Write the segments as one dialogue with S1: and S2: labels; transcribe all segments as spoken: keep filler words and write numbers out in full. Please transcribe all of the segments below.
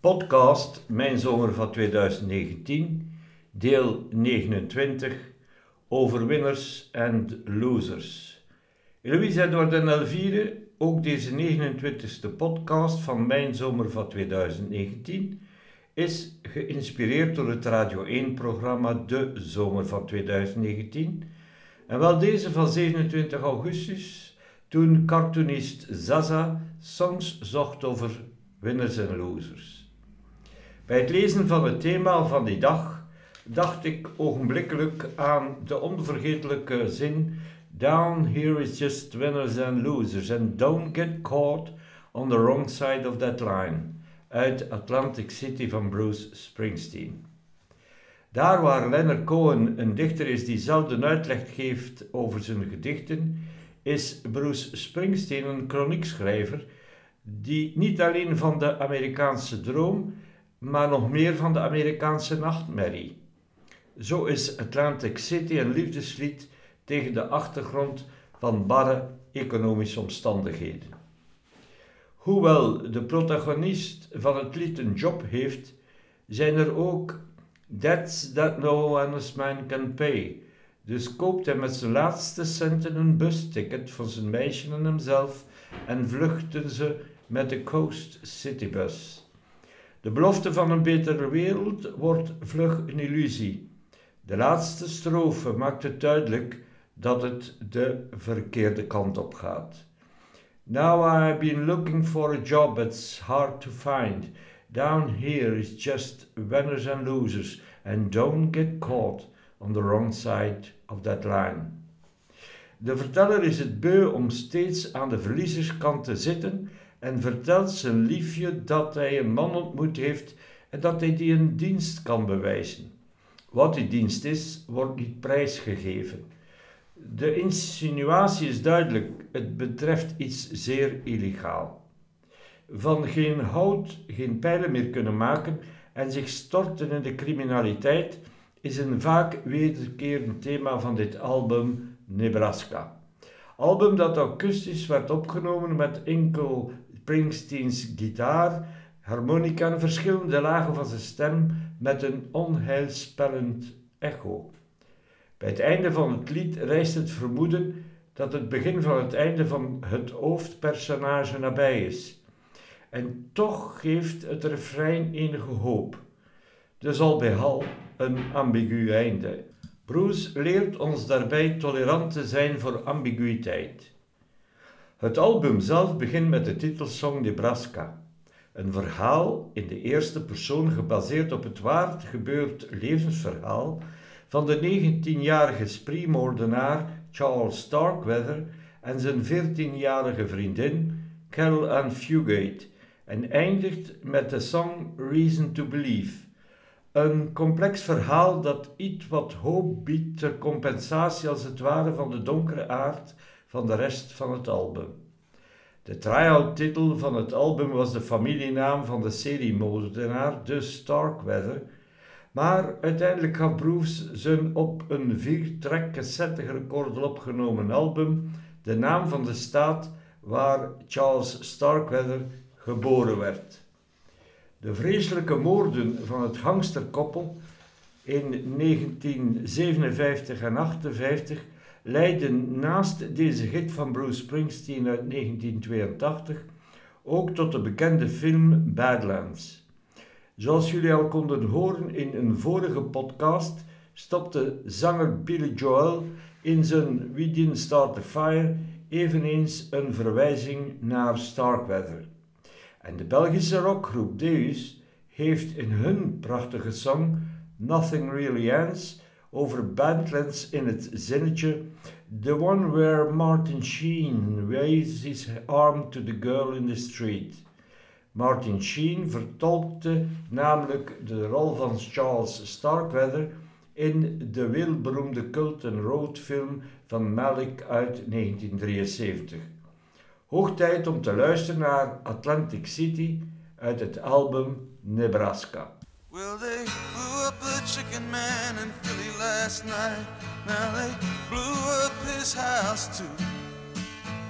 S1: Podcast Mijn Zomer van twintig negentien, deel negenentwintig, over winners en losers. Louise Edward en Elvire, ook deze negenentwintigste podcast van Mijn Zomer van twintig negentien, is geïnspireerd door het Radio één-programma De Zomer van twintig negentien, en wel deze van zevenentwintig augustus, toen cartoonist Zaza songs zocht over winners en losers. Bij het lezen van het thema van die dag dacht ik ogenblikkelijk aan de onvergetelijke zin "Down here is just winners and losers and don't get caught on the wrong side of that line" uit Atlantic City van Bruce Springsteen. Daar waar Leonard Cohen een dichter is die zelden uitleg geeft over zijn gedichten, is Bruce Springsteen een kroniekschrijver die niet alleen van de Amerikaanse droom, maar nog meer van de Amerikaanse nachtmerrie. Zo is Atlantic City een liefdeslied tegen de achtergrond van barre economische omstandigheden. Hoewel de protagonist van het lied een job heeft, zijn er ook debts that no honest man can pay. Dus koopt hij met zijn laatste centen een busticket voor zijn meisje en hemzelf en vluchten ze met de Coast City bus. De belofte van een betere wereld wordt vlug een illusie. De laatste strofe maakt het duidelijk dat het de verkeerde kant op gaat. Now I've been looking for a job that's hard to find. Down here is just winners and losers and don't get caught on the wrong side of that line. De verteller is het beu om steeds aan de verliezerskant te zitten en vertelt zijn liefje dat hij een man ontmoet heeft en dat hij die een dienst kan bewijzen. Wat die dienst is, wordt niet prijsgegeven. De insinuatie is duidelijk, het betreft iets zeer illegaal. Van geen hout geen pijlen meer kunnen maken en zich storten in de criminaliteit is een vaak wederkerend thema van dit album Nebraska. Album dat akoestisch werd opgenomen met enkel Springsteens gitaar, harmonica en verschillende lagen van zijn stem met een onheilspellend echo. Bij het einde van het lied rijst het vermoeden dat het begin van het einde van het hoofdpersonage nabij is. En toch geeft het refrein enige hoop. Dus al bij hal een ambigu einde. Bruce leert ons daarbij tolerant te zijn voor ambiguïteit. Het album zelf begint met de titelsong Nebraska. Een verhaal in de eerste persoon gebaseerd op het waar gebeurd levensverhaal van de negentienjarige spriemoordenaar Charles Starkweather en zijn veertienjarige vriendin Carol Ann Fugate en eindigt met de song Reason to Believe. Een complex verhaal dat iets wat hoop biedt ter compensatie als het ware van de donkere aard van de rest van het album. De try-out titel van het album was de familienaam van de seriemoordenaar, dus Starkweather, maar uiteindelijk gaf Bruce zijn op een vier-track cassette gerecorde opgenomen album de naam van de staat waar Charles Starkweather geboren werd. De vreselijke moorden van het gangsterkoppel in negentien zevenenvijftig en achtenvijftig leidden naast deze hit van Bruce Springsteen uit negentien tweeëntachtig ook tot de bekende film Badlands. Zoals jullie al konden horen in een vorige podcast stopte zanger Billy Joel in zijn We Didn't Start the Fire eveneens een verwijzing naar Starkweather. En de Belgische rockgroep Deus heeft in hun prachtige song Nothing Really Ends over Badlands in het zinnetje The one where Martin Sheen waves his arm to the girl in the street. Martin Sheen vertolkte namelijk de rol van Charles Starkweather in de wereldberoemde cult and road film van Malick uit negentien drieënzeventig. Hoog tijd om te luisteren naar Atlantic City uit het album Nebraska.
S2: Well, they blew up the chicken man in Philly last night. Now they blew up his house too.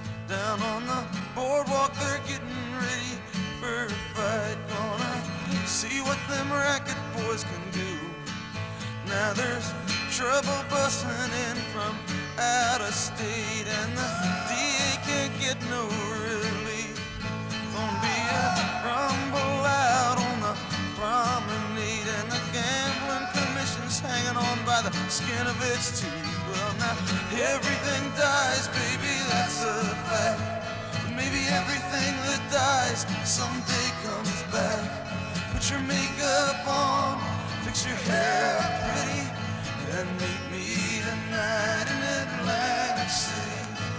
S2: Down on the boardwalk they're getting ready for a fight. Gonna see what them racket boys can do. Now there's trouble busting in from out of state, and the D A can't get no relief. Gonna be a rumble out on the promenade, and the gambling commission's hanging on by the skin of its teeth. Well, now everything dies, baby, that's a fact. But maybe everything that dies someday comes back. Put your makeup on, fix your hair pretty, and meet me tonight in Atlantic City.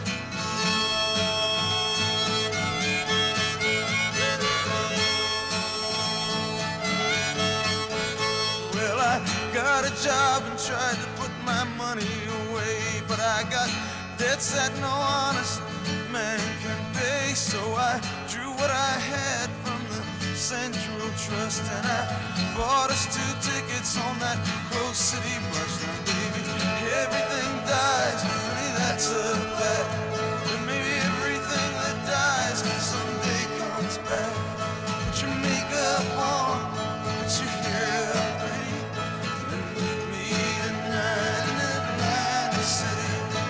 S2: Well, I got a job and tried to put my money away, but I got debts that no honest man can pay. So I drew what I had from the Central Trust, and I bought us two tickets on that Close City bus. Now, baby, everything dies, honey, that's a fact. But maybe everything that dies someday comes back. Put your makeup on, put your hair up pretty, and meet me tonight in Atlantic City.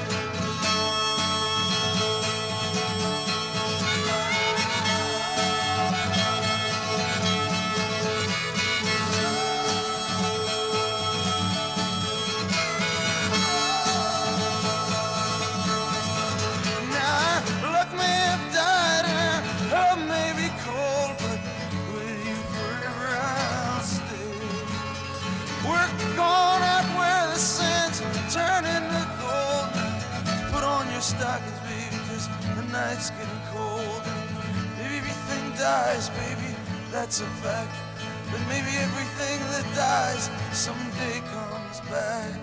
S2: Stockings, baby, cause the night's getting cold, and maybe everything dies, baby, that's a fact. But maybe everything that dies someday comes back.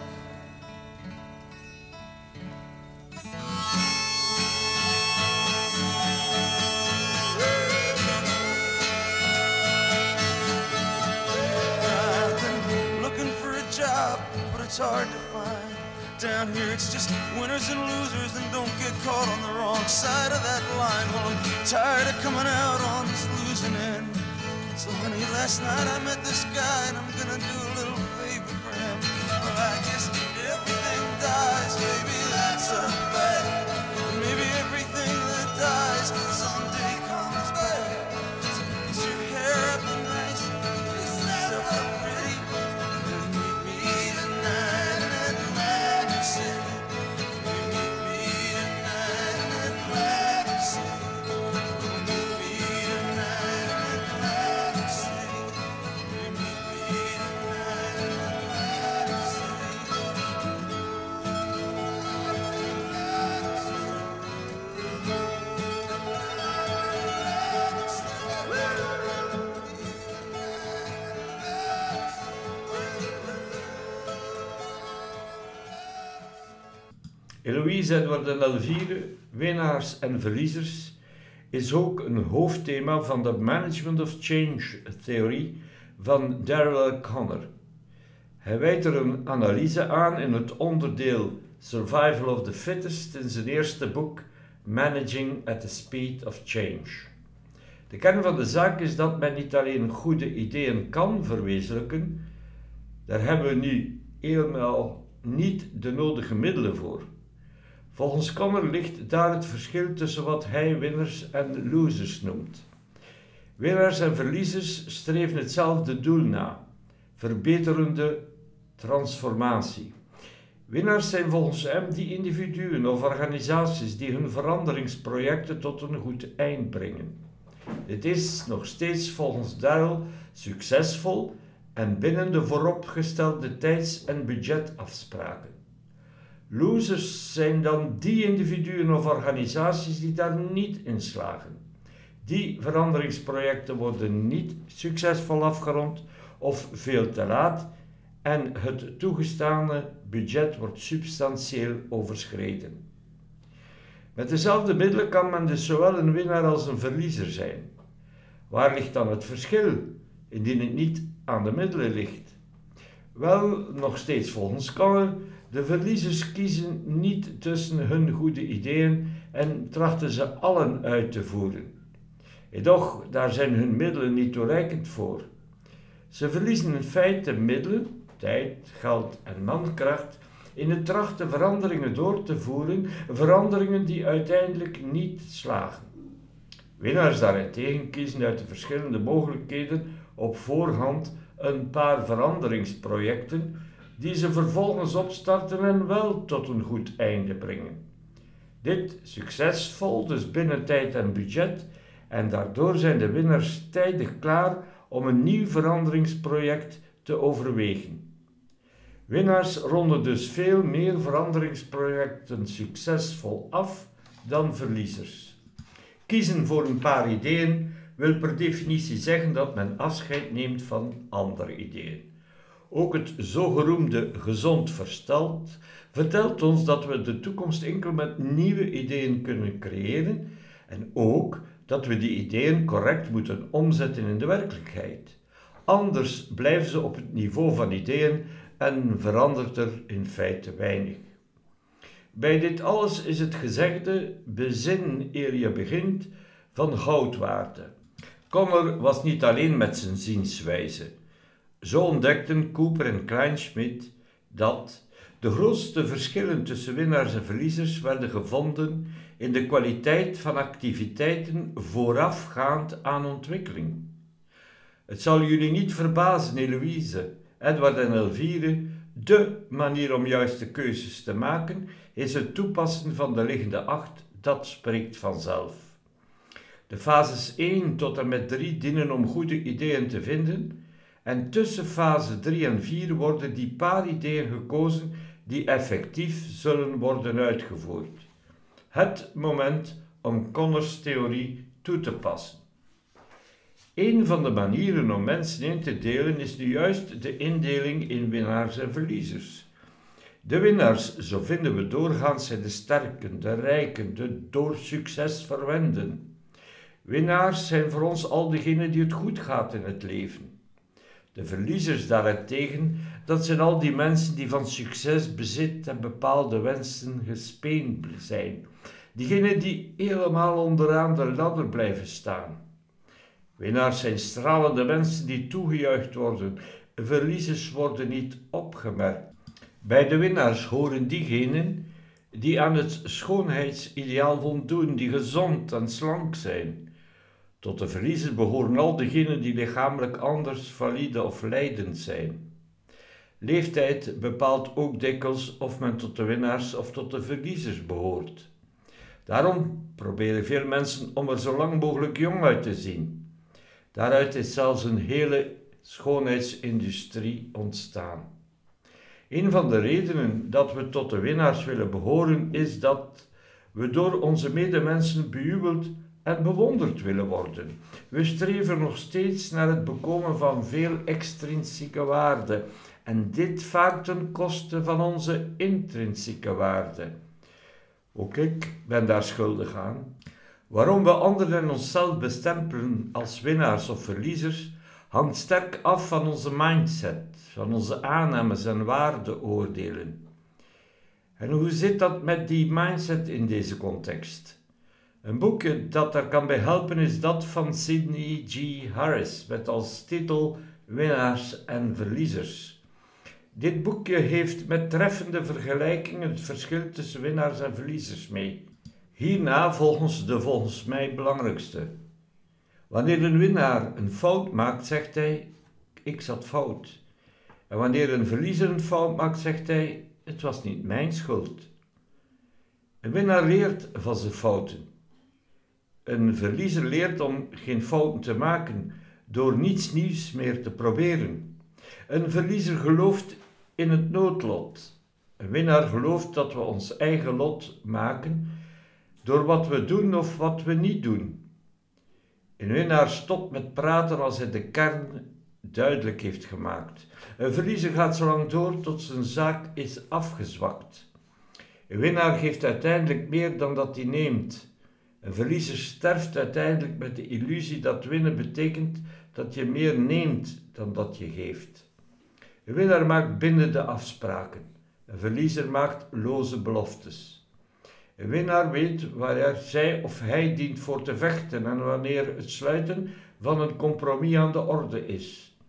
S2: I've been looking for a job, but it's hard to find. Down here it's just winners and losers, and don't get caught on the wrong side of that line. Well, I'm tired of coming out on this losing end. So honey, last night I met this guy, and I'm gonna do a little favor for him. Well, I guess everything dies, baby, that's a fact. Maybe everything that dies someday comes back. So fix your hair up nice, fix yourself up pretty, and meet me tonight in Atlantic City. You meet me tonight in Atlantic City. You meet me tonight in Atlantic City. You meet me tonight in Atlantic
S1: Eloise, Edward en Elvire, winnaars en verliezers, is ook een hoofdthema van de Management of Change-theorie van Daryl Conner. Hij wijdt er een analyse aan in het onderdeel Survival of the Fittest in zijn eerste boek Managing at the Speed of Change. De kern van de zaak is dat men niet alleen goede ideeën kan verwezenlijken, daar hebben we nu helemaal niet de nodige middelen voor. Volgens Conner ligt daar het verschil tussen wat hij winners en losers noemt. Winnaars en verliezers streven hetzelfde doel na: verbeterende transformatie. Winnaars zijn volgens hem die individuen of organisaties die hun veranderingsprojecten tot een goed eind brengen. Dit is nog steeds volgens Daryl succesvol en binnen de vooropgestelde tijds- en budgetafspraken. Losers zijn dan die individuen of organisaties die daar niet in slagen. Die veranderingsprojecten worden niet succesvol afgerond of veel te laat en het toegestane budget wordt substantieel overschreden. Met dezelfde middelen kan men dus zowel een winnaar als een verliezer zijn. Waar ligt dan het verschil, indien het niet aan de middelen ligt? Wel, nog steeds volgens Conner, de verliezers kiezen niet tussen hun goede ideeën en trachten ze allen uit te voeren. Doch daar zijn hun middelen niet toereikend voor. Ze verliezen in feite middelen, tijd, geld en mankracht in het trachten veranderingen door te voeren, veranderingen die uiteindelijk niet slagen. Winnaars daarentegen kiezen uit de verschillende mogelijkheden op voorhand een paar veranderingsprojecten die ze vervolgens opstarten en wel tot een goed einde brengen. Dit succesvol, dus binnen tijd en budget, en daardoor zijn de winnaars tijdig klaar om een nieuw veranderingsproject te overwegen. Winnaars ronden dus veel meer veranderingsprojecten succesvol af dan verliezers. Kiezen voor een paar ideeën wil per definitie zeggen dat men afscheid neemt van andere ideeën. Ook het zogeroemde gezond verstand vertelt ons dat we de toekomst enkel met nieuwe ideeën kunnen creëren en ook dat we die ideeën correct moeten omzetten in de werkelijkheid. Anders blijven ze op het niveau van ideeën en verandert er in feite weinig. Bij dit alles is het gezegde bezin eer je begint van goudwaarde. Kommer was niet alleen met zijn zienswijze. Zo ontdekten Cooper en Kleinschmidt dat de grootste verschillen tussen winnaars en verliezers werden gevonden in de kwaliteit van activiteiten voorafgaand aan ontwikkeling. Het zal jullie niet verbazen, Eloïse, Edward en Elvire, de manier om juiste keuzes te maken is het toepassen van de liggende acht, dat spreekt vanzelf. De fases één tot en met drie dienen om goede ideeën te vinden en tussen fase drie en vier worden die paar ideeën gekozen die effectief zullen worden uitgevoerd. Het moment om Conners theorie toe te passen. Een van de manieren om mensen in te delen is nu juist de indeling in winnaars en verliezers. De winnaars, zo vinden we doorgaans, zijn de sterken, de rijken, de door succes verwenden. Winnaars zijn voor ons al diegenen die het goed gaat in het leven. De verliezers daarentegen, dat zijn al die mensen die van succes, bezit en bepaalde wensen gespeend zijn. Diegenen die helemaal onderaan de ladder blijven staan. Winnaars zijn stralende mensen die toegejuicht worden, verliezers worden niet opgemerkt. Bij de winnaars horen diegenen die aan het schoonheidsideaal voldoen, die gezond en slank zijn. Tot de verliezers behoren al diegenen die lichamelijk anders valide of lijdend zijn. Leeftijd bepaalt ook dikwijls of men tot de winnaars of tot de verliezers behoort. Daarom proberen veel mensen om er zo lang mogelijk jong uit te zien. Daaruit is zelfs een hele schoonheidsindustrie ontstaan. Een van de redenen dat we tot de winnaars willen behoren is dat we door onze medemensen bejubeld en bewonderd willen worden. We streven nog steeds naar het bekomen van veel extrinsieke waarde en dit vaak ten koste van onze intrinsieke waarde. Ook ik ben daar schuldig aan. Waarom we anderen en onszelf bestempelen als winnaars of verliezers, hangt sterk af van onze mindset, van onze aannames en waardeoordelen. En hoe zit dat met die mindset in deze context? Een boekje dat daar kan bij helpen is dat van Sidney G. Harris, met als titel Winnaars en Verliezers. Dit boekje heeft met treffende vergelijkingen het verschil tussen winnaars en verliezers mee. Hierna volgens de volgens mij belangrijkste. Wanneer een winnaar een fout maakt, zegt hij, ik zat fout. En wanneer een verliezer een fout maakt, zegt hij, het was niet mijn schuld. Een winnaar leert van zijn fouten. Een verliezer leert om geen fouten te maken, door niets nieuws meer te proberen. Een verliezer gelooft in het noodlot. Een winnaar gelooft dat we ons eigen lot maken, door wat we doen of wat we niet doen. Een winnaar stopt met praten als hij de kern duidelijk heeft gemaakt. Een verliezer gaat zo lang door tot zijn zaak is afgezwakt. Een winnaar geeft uiteindelijk meer dan dat hij neemt. Een verliezer sterft uiteindelijk met de illusie dat winnen betekent dat je meer neemt dan dat je geeft. Een winnaar maakt bindende afspraken. Een verliezer maakt loze beloftes. Een winnaar weet waar zij of hij dient voor te vechten en wanneer het sluiten van een compromis aan de orde is.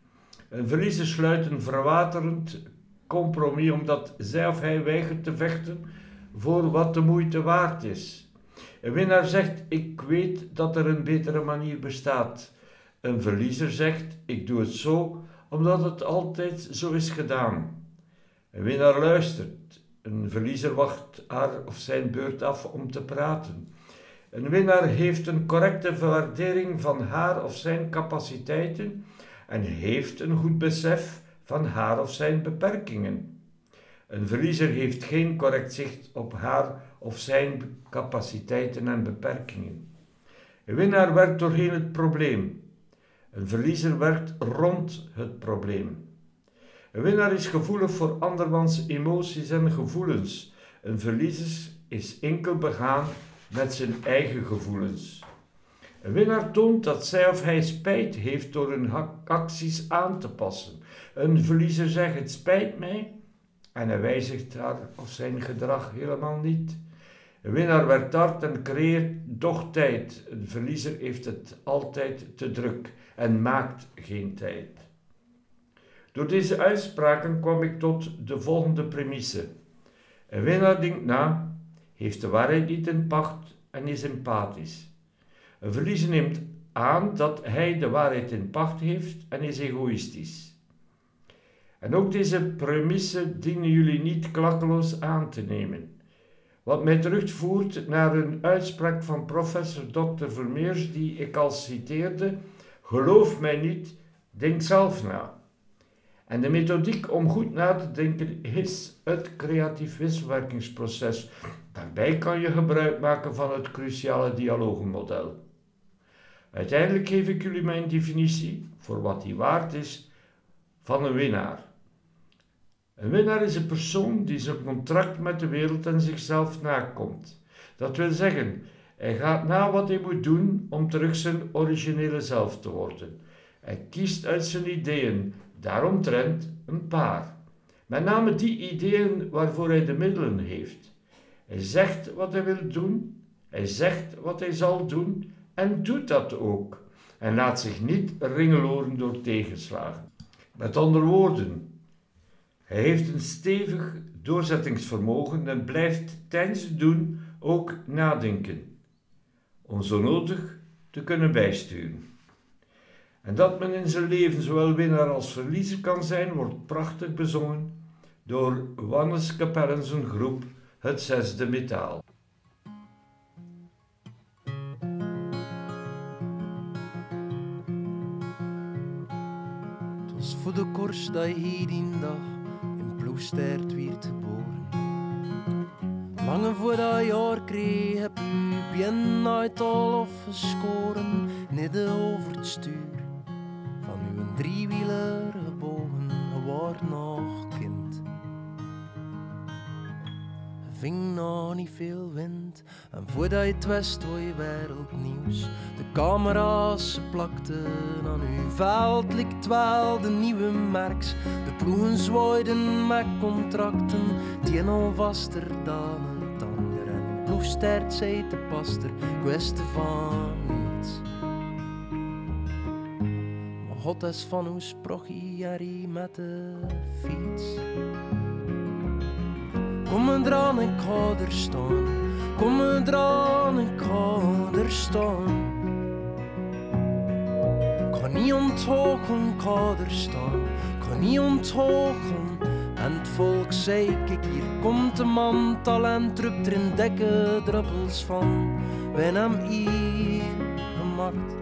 S1: Een verliezer sluit een verwaterend compromis omdat zij of hij weigert te vechten voor wat de moeite waard is. Een winnaar zegt, ik weet dat er een betere manier bestaat. Een verliezer zegt, ik doe het zo omdat het altijd zo is gedaan. Een winnaar luistert. Een verliezer wacht haar of zijn beurt af om te praten. Een winnaar heeft een correcte waardering van haar of zijn capaciteiten en heeft een goed besef van haar of zijn beperkingen. Een verliezer heeft geen correct zicht op haar of zijn capaciteiten en beperkingen. Een winnaar werkt doorheen het probleem. Een verliezer werkt rond het probleem. Een winnaar is gevoelig voor andermans emoties en gevoelens. Een verliezer is enkel begaan met zijn eigen gevoelens. Een winnaar toont dat zij of hij spijt heeft door hun acties aan te passen. Een verliezer zegt, het spijt mij, en hij wijzigt haar of zijn gedrag helemaal niet. Een winnaar werkt hard en creëert toch tijd. Een verliezer heeft het altijd te druk en maakt geen tijd. Door deze uitspraken kwam ik tot de volgende premisse. Een winnaar denkt na, heeft de waarheid niet in pacht en is empathisch. Een verliezer neemt aan dat hij de waarheid in pacht heeft en is egoïstisch. En ook deze premisse dienen jullie niet klakkeloos aan te nemen. Wat mij terugvoert naar een uitspraak van professor dokter Vermeers die ik al citeerde, geloof mij niet, denk zelf na. En de methodiek om goed na te denken is het creatief wisselwerkingsproces. Daarbij kan je gebruik maken van het cruciale dialogenmodel. Uiteindelijk geef ik jullie mijn definitie, voor wat die waard is, van een winnaar. Een winnaar is een persoon die zijn contract met de wereld en zichzelf nakomt. Dat wil zeggen, hij gaat na wat hij moet doen om terug zijn originele zelf te worden. Hij kiest uit zijn ideeën, daaromtrent een paar. Met name die ideeën waarvoor hij de middelen heeft. Hij zegt wat hij wil doen, hij zegt wat hij zal doen en doet dat ook. En laat zich niet ringeloren door tegenslagen. Met andere woorden, hij heeft een stevig doorzettingsvermogen en blijft tijdens het doen ook nadenken, om zo nodig te kunnen bijsturen. En dat men in zijn leven zowel winnaar als verliezer kan zijn, wordt prachtig bezongen door Wannes Kapel en zijn groep Het Zesde Metaal.
S3: Het was voor de koers dat je die dag in Ploegstert werd geboren. Lange voor dat jaar kreeg heb u bien uit al afgeschoren, midden over het stuur van uw driewieler gebogen, je wordt nog kind. Je ving nog niet veel wind en voordat je het wist hoor je wereldnieuws. De camera's ze plakten aan uw veld, likt wel de nieuwe merks. De ploegen zwaaiden met contracten, die een al vaster dan het ander. En uw ploegstert zei de paster, ik wist van niets. Maar God is van uw sprochie Harry met de fiets. Kom eraan, ik ga er staan. Kom eraan, ik ga er staan. Ik ga niet onthogen, ik ga er staan. Ik ga niet onthogen. En het volk zei, kijk hier komt de man, talent drukt er in dikke druppels van. Wij hem hier gemaakt.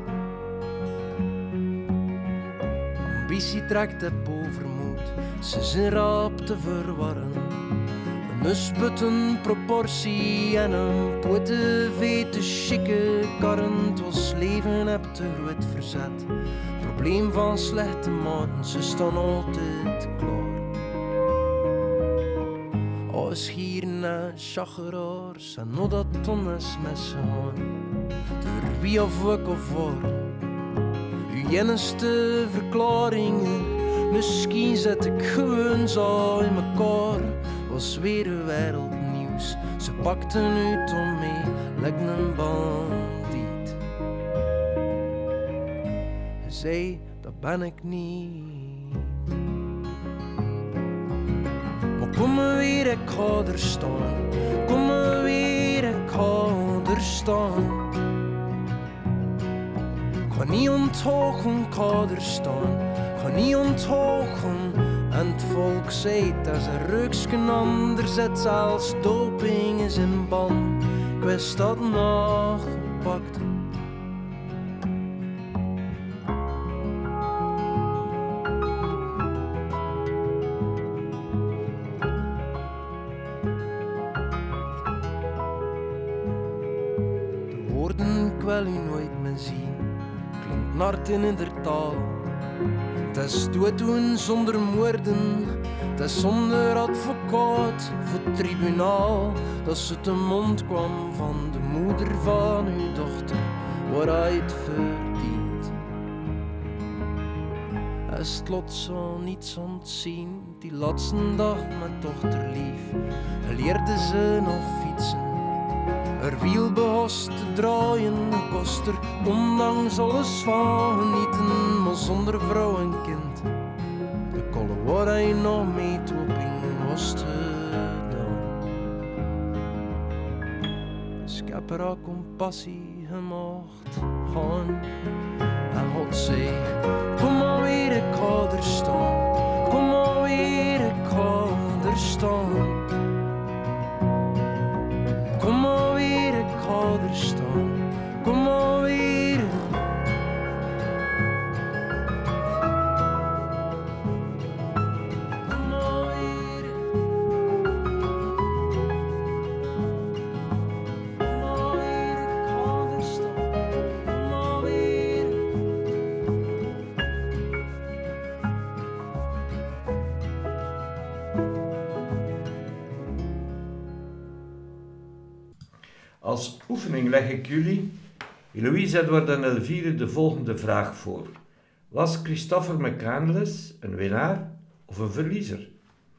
S3: Ambitie trekt op overmoed, ze zijn rap te verwarren. Een sputten proportie en een poete vete chique karren. Het was leven heb te groot verzet. Probleem van slechte maten, ze staan altijd klaar. Als schieren en chageraars en nog dat tonnes messen gaan. Door wie of wat of waar. Uw enigste verklaringen, misschien zet ik gewoon zo in mekaar. Was weer een wereldnieuws. Ze pakten u om mee, lijkt een bandiet. Je zei, dat ben ik niet. Maar kom me weer, ik ga er staan. Kom me weer, ik ga er staan. Ik ga niet onthogen, ik ga er staan. Ik ga niet onthogen. En het volk zei dat ze ruksken anders zet als doping is in ban. Ik wist dat nagepakt. De woorden, ik wil u nooit meer zien, klinkt nart in ieder taal. Het is dooddoen zonder moorden, het is zonder advocaat voor het tribunaal. Dat ze te mond kwam van de moeder van uw dochter, waar hij het verdient. Hij is het lot zo niets ontzien, die laatste dag met dochter lief. Hij leerde ze nog fietsen, haar wiel behost te draaien, kost er ondanks alles van genieten, maar zonder vrouw en kind. De kolle waar hij nog mee toeping was gedaan. Dus ik heb er al compassie gemaakt gaan. En God zei, kom maar weer, ik ga er staan. Kom maar weer, ik ga er staan. Kom maar weer, ik ga er staan. Kom maar weer. Kom maar weer. Kom maar weer, ik ga er staan. Kom maar weer.
S1: Als oefening leg ik jullie, Eloïse, Edward en Elvire, de volgende vraag voor. Was Christopher McCandless een winnaar of een verliezer?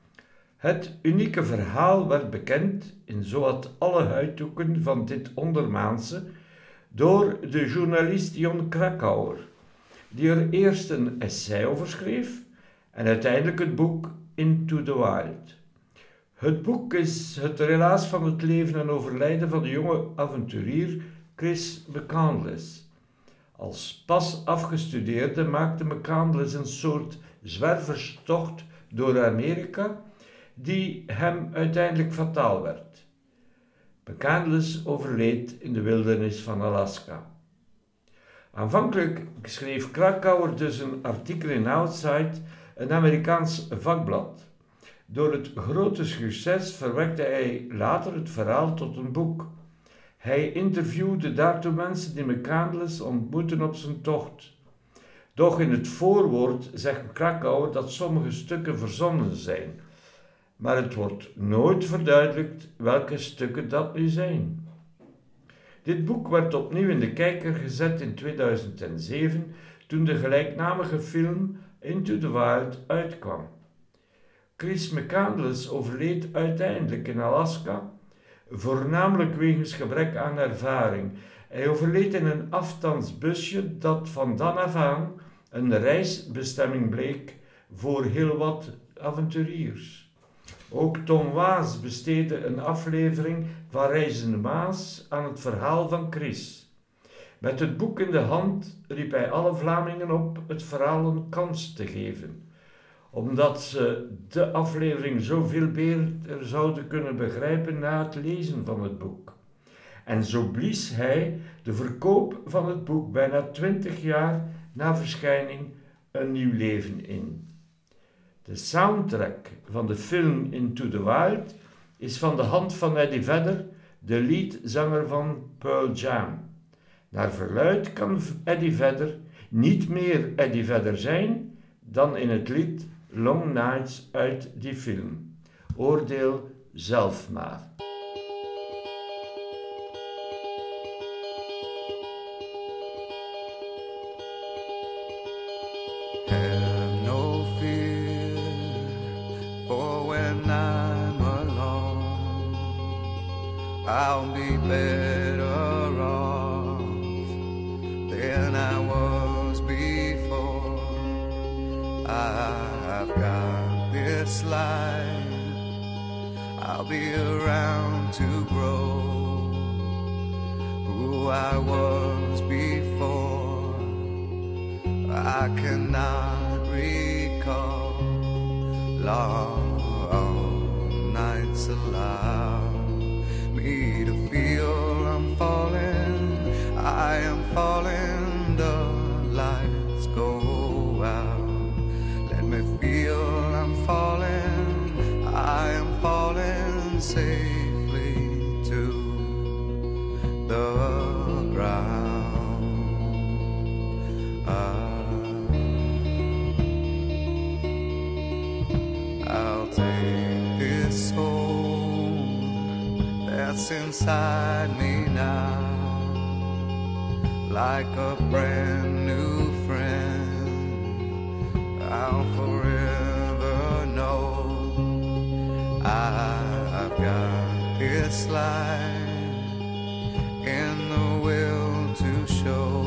S1: Het unieke verhaal werd bekend in zowat alle uithoeken van dit ondermaanse door de journalist Jon Krakauer, die er eerst een essay over schreef en uiteindelijk het boek Into the Wild. Het boek is het relaas van het leven en overlijden van de jonge avonturier Chris McCandless. Als pas afgestudeerde maakte McCandless een soort zwerverstocht door Amerika, die hem uiteindelijk fataal werd. McCandless overleed in de wildernis van Alaska. Aanvankelijk schreef Krakauer dus een artikel in Outside, een Amerikaans vakblad. Door het grote succes verwekte hij later het verhaal tot een boek. Hij interviewde daartoe mensen die McCandless ontmoetten op zijn tocht. Doch in het voorwoord zegt Krakauer dat sommige stukken verzonnen zijn, maar het wordt nooit verduidelijkt welke stukken dat nu zijn. Dit boek werd opnieuw in de kijker gezet in tweeduizend zeven, toen de gelijknamige film Into the Wild uitkwam. Chris McCandless overleed uiteindelijk in Alaska, voornamelijk wegens gebrek aan ervaring. Hij overleed in een afstandsbusje dat van dan af aan een reisbestemming bleek voor heel wat avonturiers. Ook Tom Waas besteedde een aflevering van Reizende Maas aan het verhaal van Chris. Met het boek in de hand riep hij alle Vlamingen op het verhaal een kans te geven, omdat ze de aflevering zoveel beter zouden kunnen begrijpen na het lezen van het boek. En zo blies hij de verkoop van het boek bijna twintig jaar na verschijning een nieuw leven in. De soundtrack van de film Into the Wild is van de hand van Eddie Vedder, de leadzanger van Pearl Jam. Naar verluidt kan Eddie Vedder niet meer Eddie Vedder zijn dan in het lied Long Nights uit die film. Oordeel zelf maar.
S2: Have no fear for when I'm alone. I'll be better off than I was before. I've got this life I'll be around to grow who I was before. I cannot recall long nights allow me to feel I'm falling. I am falling, the lights go out. Let me feel I'm falling. I am falling safely to the ground. I, I'll take this soul that's inside me now, like a brand new friend. I'll forever know I've got this light in the will to show.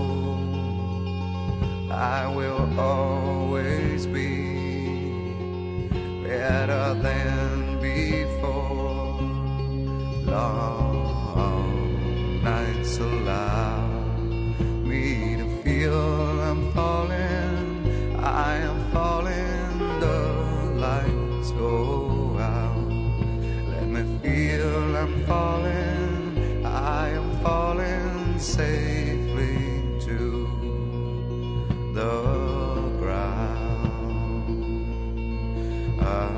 S2: I will always be better than before. Long nights allow me to feel I'm falling. I am falling, the lights go out. Let me feel I'm falling. I am falling safely to the ground. I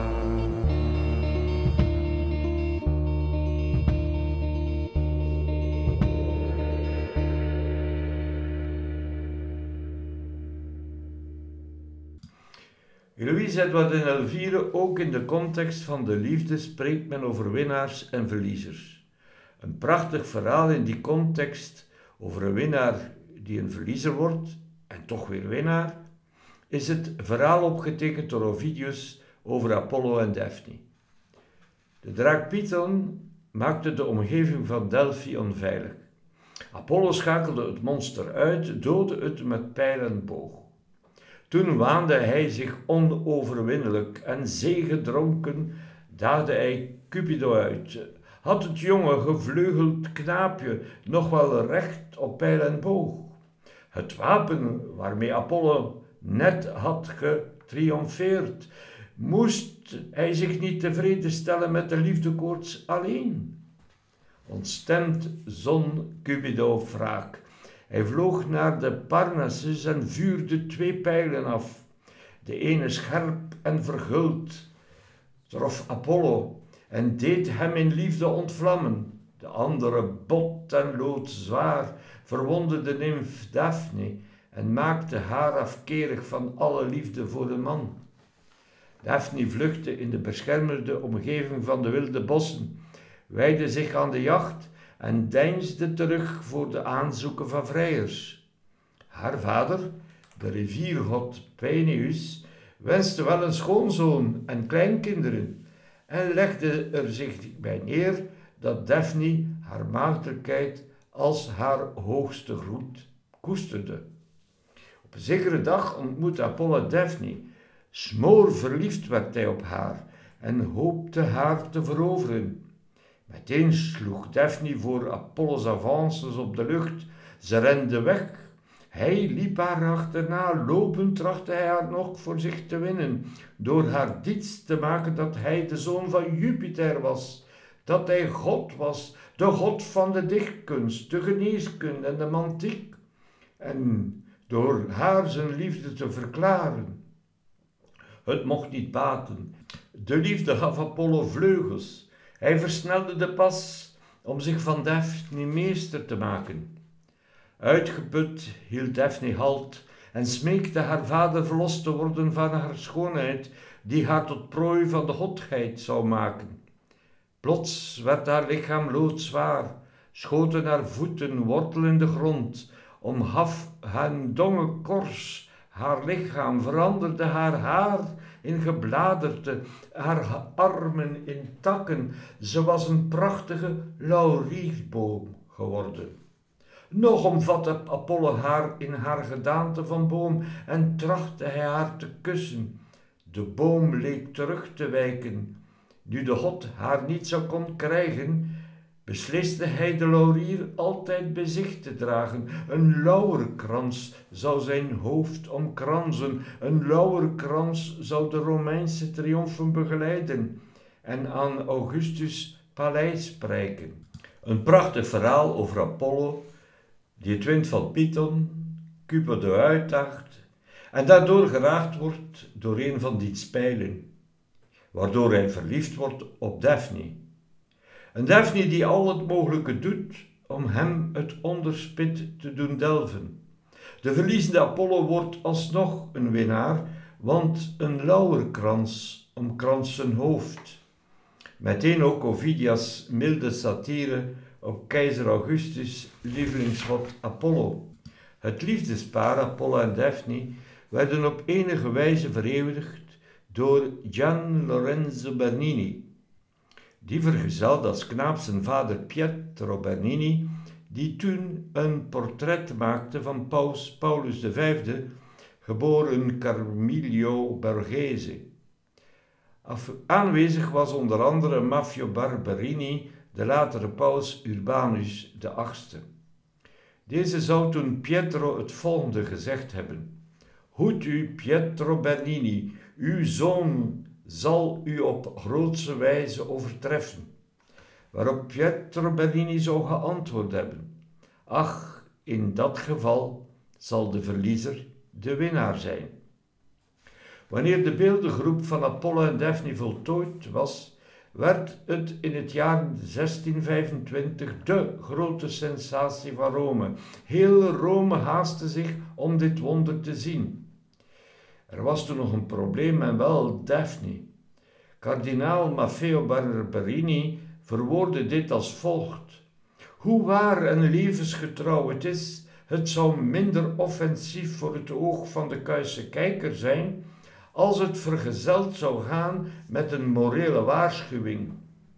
S1: Louise Edouard en Elvire, ook in de context van de liefde spreekt men over winnaars en verliezers. Een prachtig verhaal in die context over een winnaar die een verliezer wordt en toch weer winnaar, is het verhaal opgetekend door Ovidius over Apollo en Daphne. De draak Python maakte de omgeving van Delphi onveilig. Apollo schakelde het monster uit, doodde het met pijl en boog. Toen waande hij zich onoverwinnelijk en zegedronken daagde hij Cupido uit. Had het jonge gevleugeld knaapje nog wel recht op pijl en boog? Het wapen waarmee Apollo net had getriomfeerd, moest hij zich niet tevreden stellen met de liefdekoorts alleen? Ontstemd zon Cupido wraak. Hij vloog naar de Parnassus en vuurde twee pijlen af. De ene scherp en verguld trof Apollo en deed hem in liefde ontvlammen. De andere bot en loodzwaar verwondde de nimf Daphne en maakte haar afkerig van alle liefde voor de man. Daphne vluchtte in de beschermde omgeving van de wilde bossen, wijdde zich aan de jacht en deinsde terug voor de aanzoeken van vrijers. Haar vader, de riviergod Peneus, wenste wel een schoonzoon en kleinkinderen en legde er zich bij neer dat Daphne haar maagdelijkheid als haar hoogste groet koesterde. Op een zekere dag ontmoette Apollo Daphne. Smoorverliefd werd hij op haar en hoopte haar te veroveren. Meteen sloeg Daphne voor Apollo's avances op de lucht. Ze rende weg. Hij liep haar achterna. Lopend trachtte hij haar nog voor zich te winnen, door haar diets te maken dat hij de zoon van Jupiter was, dat hij God was, de God van de dichtkunst, de geneeskunde en de mantiek, en door haar zijn liefde te verklaren. Het mocht niet baten. De liefde gaf Apollo vleugels. Hij versnelde de pas om zich van Daphne meester te maken. Uitgeput hield Daphne halt en smeekte haar vader verlost te worden van haar schoonheid, die haar tot prooi van de godheid zou maken. Plots werd haar lichaam loodzwaar, schoten haar voeten wortel in de grond, omhaf haar donge kors haar lichaam, veranderde haar haar in gebladerte, haar armen in takken. Ze was een prachtige laurierboom geworden. Nog omvatte Apollo haar in haar gedaante van boom en trachtte hij haar te kussen. De boom leek terug te wijken. Nu de god haar niet zou kon krijgen, besliste hij de laurier altijd bij zich te dragen. Een lauwerkrans zou zijn hoofd omkransen, een lauwerkrans zou de Romeinse triomfen begeleiden en aan Augustus' paleis prijken. Een prachtig verhaal over Apollo, die het wind van Python, Cupido uitdaagt en daardoor geraakt wordt door een van die spijlen, waardoor hij verliefd wordt op Daphne. Een Daphne die al het mogelijke doet om hem het onderspit te doen delven. De verliezende Apollo wordt alsnog een winnaar, want een lauwerkrans omkranst zijn hoofd. Meteen ook Ovidia's milde satire op keizer Augustus' lievelingsgod Apollo. Het liefdespaar Apollo en Daphne werden op enige wijze vereeuwigd door Gian Lorenzo Bernini. Die vergezelde als knaap zijn vader Pietro Bernini, die toen een portret maakte van paus Paulus de Vijfde, geboren Carmilio Borghese. Af- aanwezig was onder andere Maffeo Barberini, de latere paus Urbanus de Achtste. Deze zou toen Pietro het volgende gezegd hebben: Hoed u, Pietro Bernini, uw zoon zal u op grootse wijze overtreffen. Waarop Pietro Bernini zou geantwoord hebben: Ach, in dat geval zal de verliezer de winnaar zijn. Wanneer de beeldengroep van Apollo en Daphne voltooid was, werd het in het jaar zestien vijfentwintig de grote sensatie van Rome. Heel Rome haastte zich om dit wonder te zien. Er was toen nog een probleem en wel Daphne. Kardinaal Maffeo Barberini verwoordde dit als volgt: Hoe waar en levensgetrouw het is, het zou minder offensief voor het oog van de kuise kijker zijn als het vergezeld zou gaan met een morele waarschuwing.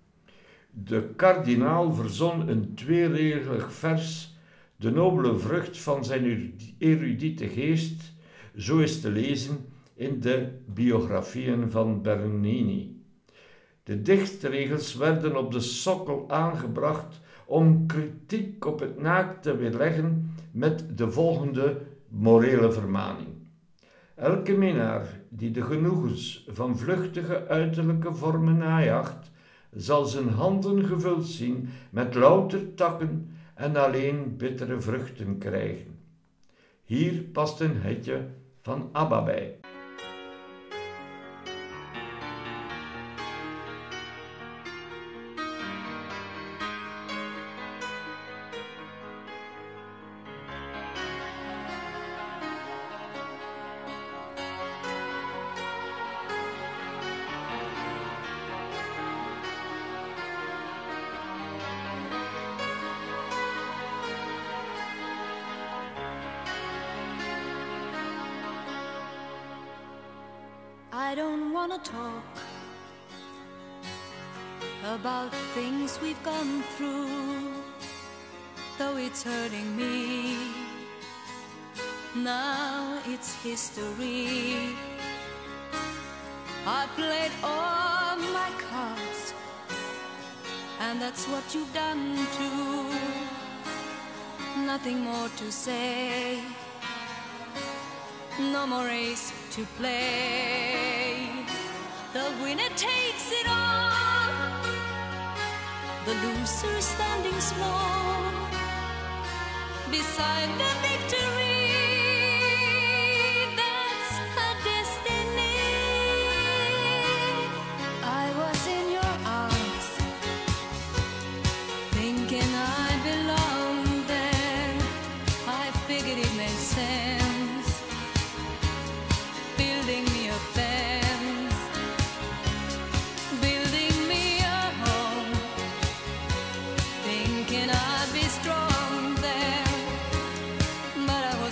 S1: De kardinaal verzon een tweeregelig vers, de nobele vrucht van zijn erudiete geest, zo is te lezen in de biografieën van Bernini. De dichtregels werden op de sokkel aangebracht om kritiek op het naakt te weerleggen met de volgende morele vermaning. Elke minnaar die de genoegens van vluchtige uiterlijke vormen najaagt, zal zijn handen gevuld zien met louter takken en alleen bittere vruchten krijgen. Hier past een hitje van ABBA bij.
S4: I don't wanna talk about things we've gone through, though it's hurting me. Now it's history. I played all my cards, and that's what you've done too. Nothing more to say, no more race to play. The winner takes it all, the loser standing small beside the victory. That's her destiny. I was in your arms, thinking I belonged there. I figured it made sense, building me a fence, building me a home, thinking I'd be strong there, but I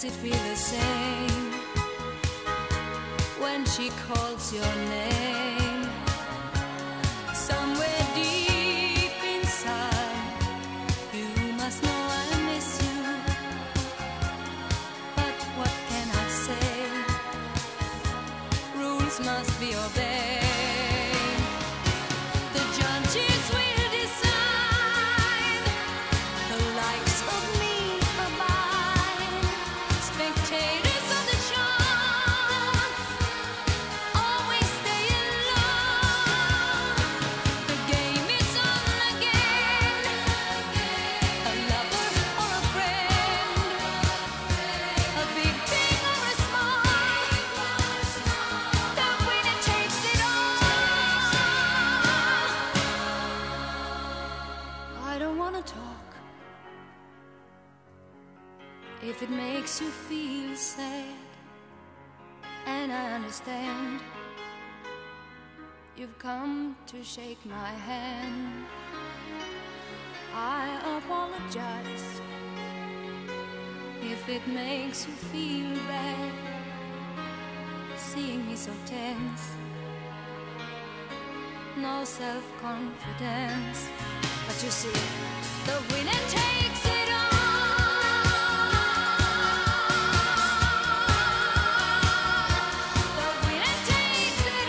S4: Does it feel the same when she calls your name? Somewhere deep inside, you must know I miss you. But what can I say? Rules must be obeyed. The judges will decide the likes of me or mine. Spectators of the show always stay alone. The game is on again. A lover or a friend, a big thing or a small, the winner takes it all. I don't wanna talk if it makes you feel sad, and I understand you've come to shake my hand. I apologize if it makes you feel bad, seeing me so tense, no self-confidence. But you see, the winner takes it all. The winner takes it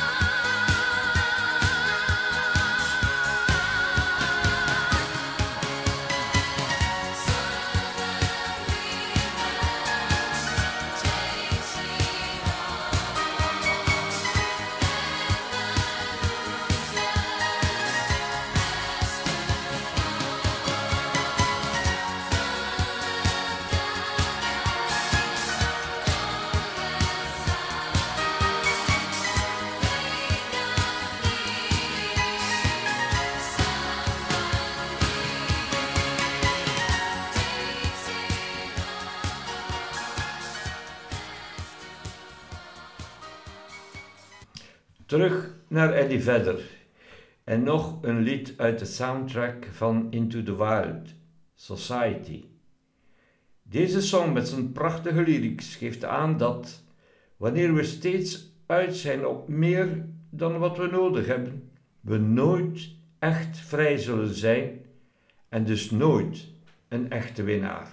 S1: Terug naar Eddie Vedder en nog een lied uit de soundtrack van Into the Wild, Society. Deze song met zijn prachtige lyrics geeft aan dat, wanneer we steeds uit zijn op meer dan wat we nodig hebben, we nooit echt vrij zullen zijn en dus nooit een echte winnaar.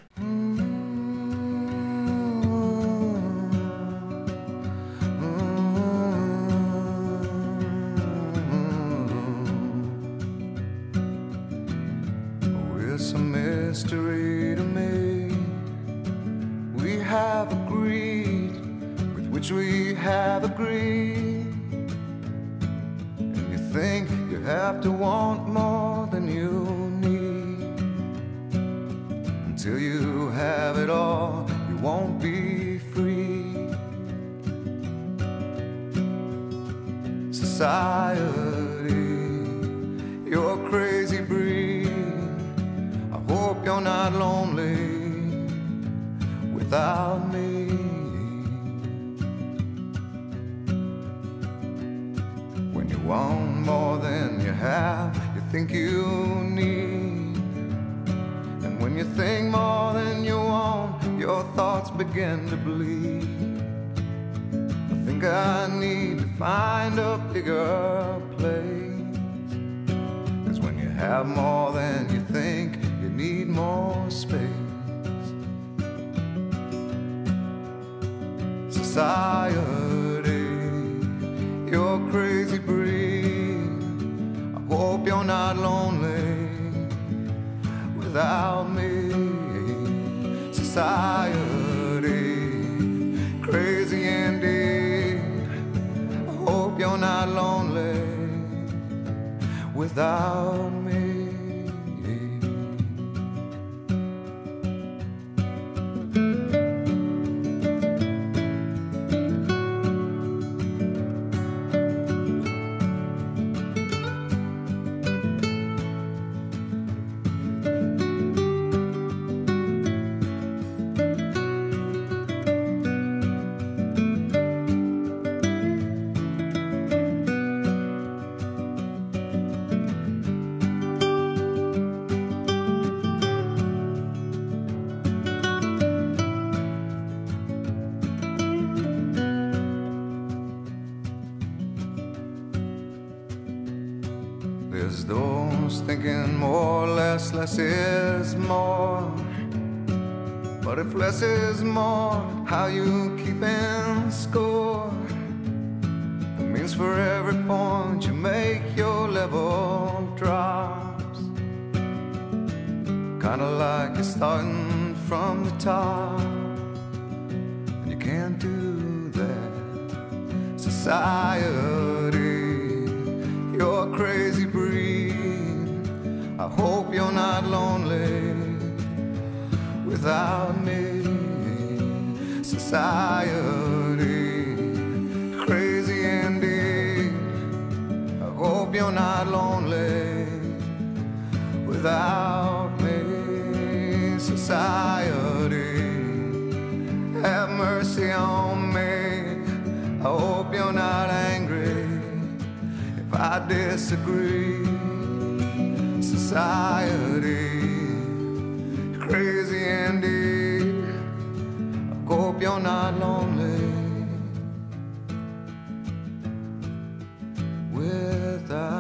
S2: It's a mystery to me. We have agreed with which we have agreed. And you think you have to want more than you need. Until you have it all, you won't be free. Society, you're a crazy breed. Hope you're not lonely without me. When you want more than you have, you think you need. And when you think more than you want, your thoughts begin to bleed. I think I need to find a bigger place. 'Cause when you have more than you think, you need more space. Society, you're a crazy breed. I hope you're not lonely without me. Society, crazy indeed. I hope you're not lonely without me.
S5: There's those thinking more, less, less is more. But if less is more, how you keeping score? It means for every point you make, your level drops. Kinda like you're starting from the top, and you can't do that. Society, you're a crazy breed. I hope you're not lonely without me. Society, crazy indeed. I hope you're not lonely without me. Society, have mercy on me. I hope you're not angry if I disagree. Society, crazy indeed. I hope you're not lonely without